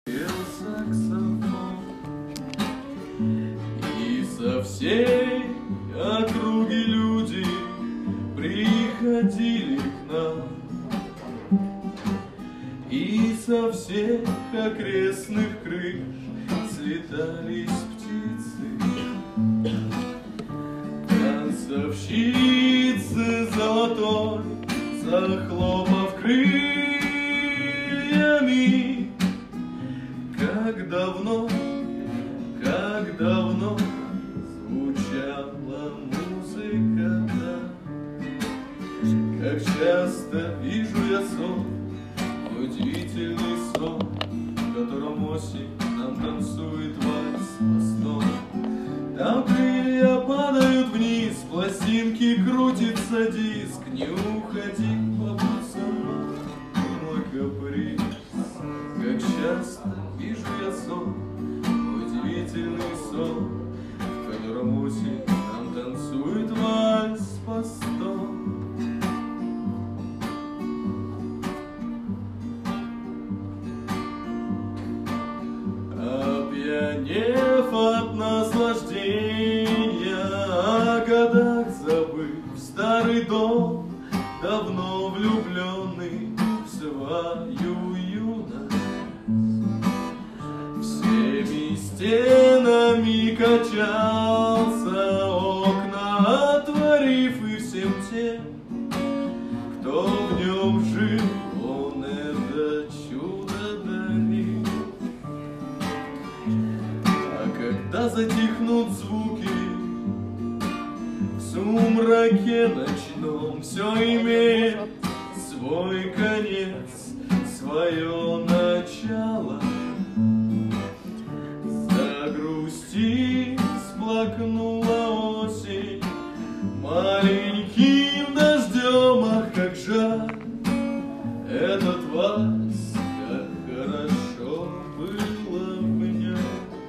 саксофон, и со всей округи люди приходили к нам, и со всех окрестных крыш слетались птицы, танцовщицы золотой, захлопав крыльями. Как давно звучала музыка та, как часто вижу я сон, удивительный сон, в котором осень нам танцует вальс мостом. Там крылья падают вниз, пластинки крутится диск. Не уходи, побудь сама, мой каприз. Как часто вижу я сон, удивительный сон, в котором осень нам танцует вальс мостом. Опьянев от наслаждения, о годах забыв старый дом, давно влюбленный в свою юность, всеми стенами качался, окна отворив, и всем тем, кто в нем жил, он это чудо дарил. Когда затихнут звуки в сумраке ночном, все имеет свой конец, свое начало. Загрусти, всплакнула осень маленьким дождем. Ах, как жаль этот вальс, как хорошо было в нем.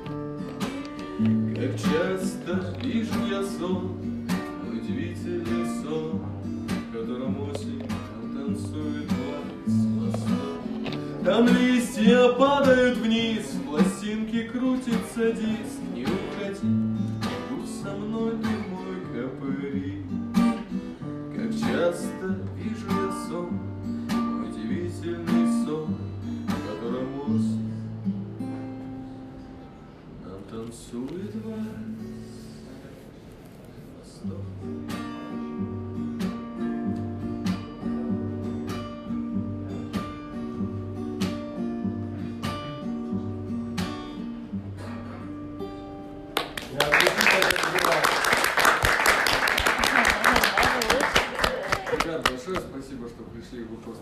Как часто вижу я сон, удивительный сон, в котором осень там танцует вальс мостом. Там листья падают вниз, пластинки крутится диск. Не уходи, будь со мной, ты мой каприз. Как часто вижу я сон, удивительный сон, в котором осень нам танцует вальс мостом. Ребят, большое спасибо, что пришли в выпуск.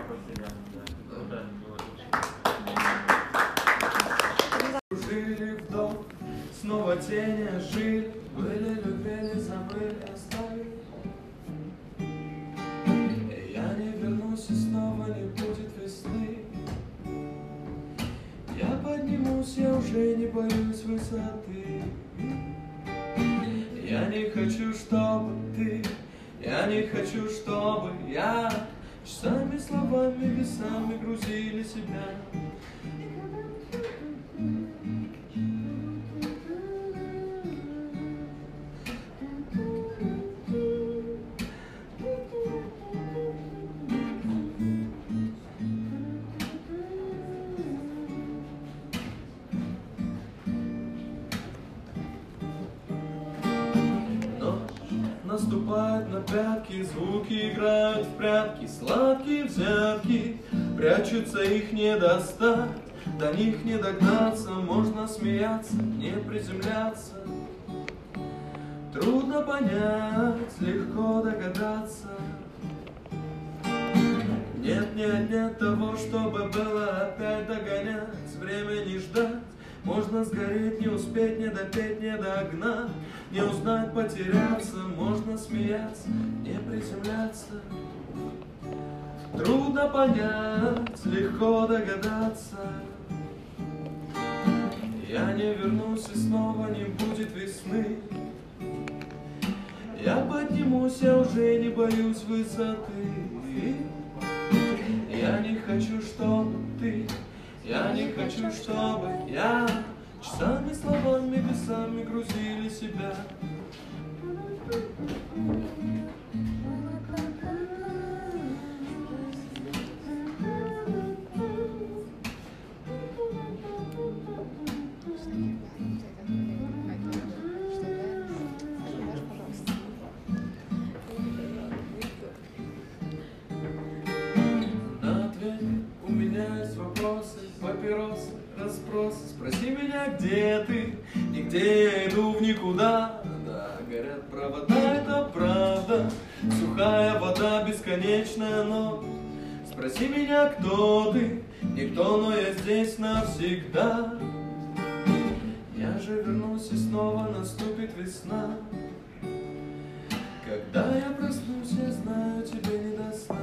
Жили вдох, снова тени жили, были, любили, забыли, оставили. Я не вернусь, и снова не будет весны. Я поднимусь, я уже не боюсь высоты. Я не хочу, чтобы ты, я не хочу, чтобы я часами, словами, весами грузили себя. Наступают на пятки, звуки играют в прятки, сладкие взятки, прячутся, их не достать, до них не догнаться, можно смеяться, не приземляться. Трудно понять, легко догадаться. Нет, нет, нет того, чтобы было опять догонять, время не ждать. Можно сгореть, не успеть, не допеть, не догнать, не узнать, потеряться. Можно смеяться, не приземляться. Трудно понять, легко догадаться. Я не вернусь, и снова не будет весны. Я поднимусь, я уже не боюсь высоты. Я не хочу, чтобы ты, Я не хочу, чтобы я часами, словами, весами грузили себя. У меня есть вопросы, папиросы, расспросы. Спроси меня, где ты и где я иду в никуда. Да, горят провода, это правда. Сухая вода, бесконечная ночь. Спроси меня, кто ты, никто, но я здесь навсегда. Я же вернусь и снова наступит весна. Когда я проснусь, я знаю, тебе не до сна.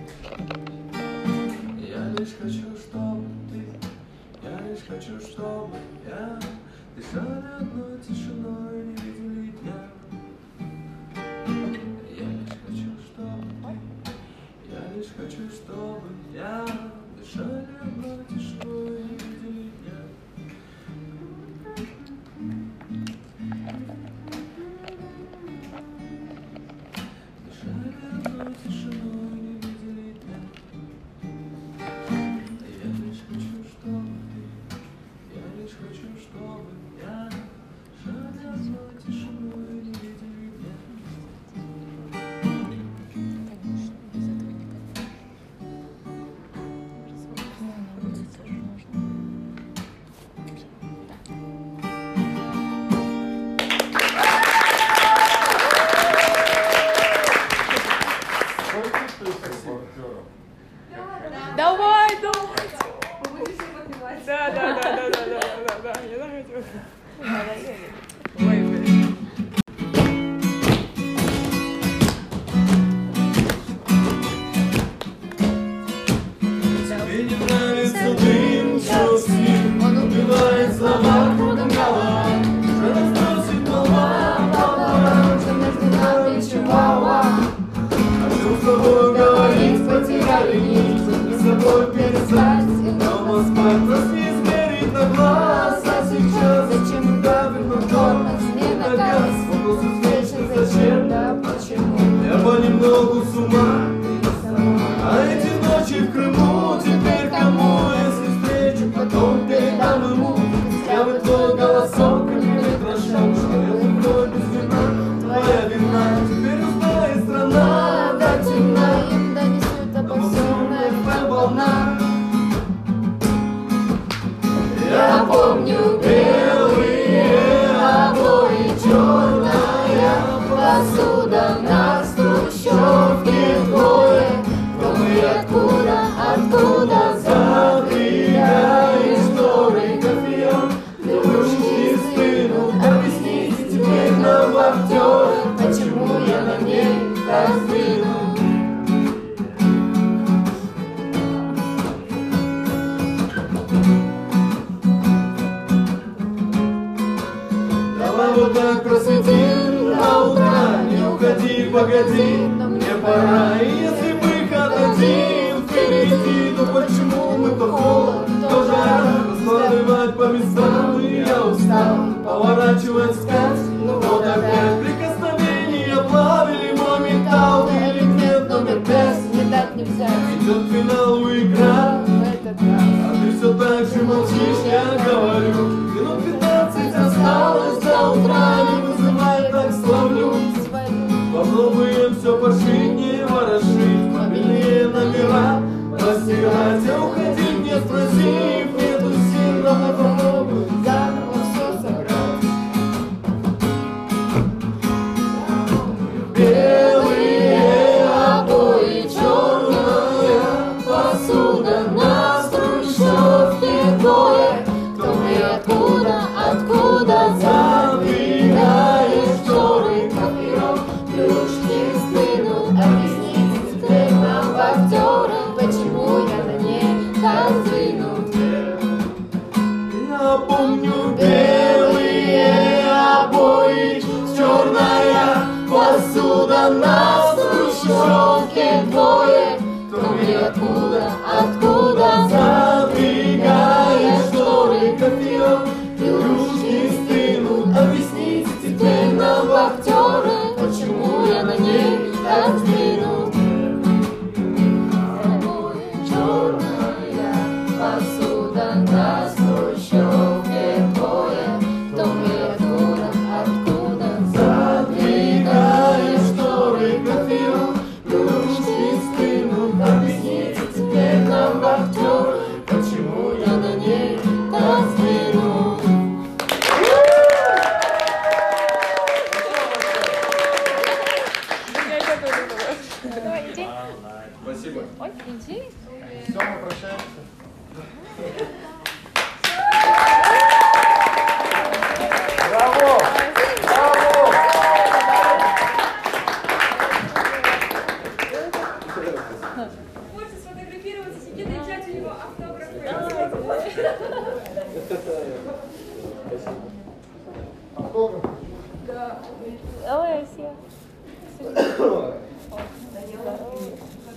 Я лишь хочу, чтобы ты, я лишь хочу, чтобы я дышали одной тишиной, не видели дня. Я лишь хочу, чтобы ты, я лишь хочу, чтобы я дышали одной тишиной, не видели дня. Дышали одной тишиной, не видели дня. Я лишь хочу, чтобы я дышали одной тишиной, не видели дня. Давай, давай. Да, я заметила. Ой, блин. Тебе не нравится дым, что с ним? Он убивает слова, кругом голова. Уже разносит волна, что между нами чувала. о чем с тобой говорить, Потеряли нить, с собой перестать. дома Спать, проснись, сберить на глаз, а сейчас Зачем давит на тормоз, не на на газ. газ? Вопрос Встреча, встречи, зачем? да почему? Я понемногу с ума. Сама. А эти ночи в Крыму теперь кому? Если встречу, потом передам ему. Я бы твой голосок, как электрошок, что я такой без вина. Твоя вина, теперь устала страна. Да, темна, им донесет обо всем FM волна. Я помню белые обои, черная посуда на хрущевке двое. Кто мы, откуда задвигаешь шторы кофеек? Плюшки стынут, объясните теперь нам, актеры, почему я на ней так сдвинут. Давай вот так просветим до утра. Не уходи, погоди, мне пора. И если выход один впереди, то почему мы то холод, то жара? Раскладывать по местам, и я устал поворачивать вскачь. Ну вот опять прикосновения плавили мой металл. Или нет, номер 5, не так не взять. Идет к финалу игра, В этот раз. а ты все так же молчишь, я говорю. Минут 15 осталось до утра, не вызывай, так славлю. Попробуем все пошить, не ворошить, мобильные номера постирать. А уходи, не спросив, нету сил, но попробуй Заново все собрать. Белые обои, черная посуда на хрущевке двое. Кто мы, откуда задвигаешь шторы кофеек? Плюшки стынут, объясните теперь нам, актеры, почему я на ней так сдвинут. Я помню белые обои, черная посуда на хрущевке двое. Кто мы, откуда задвигаешь на хрущевке боя, то мы откуда задвигаем шторы кофеек, кружки стынут, объясните теперь нам, вахтер, почему я на ней так взгляну. Давай, иди. Спасибо. Ой, иди. Все, мы прощаемся. Браво! Браво! Можете сфотографироваться, сидит и взять у него автографы. Автограф? Да. Давай, все.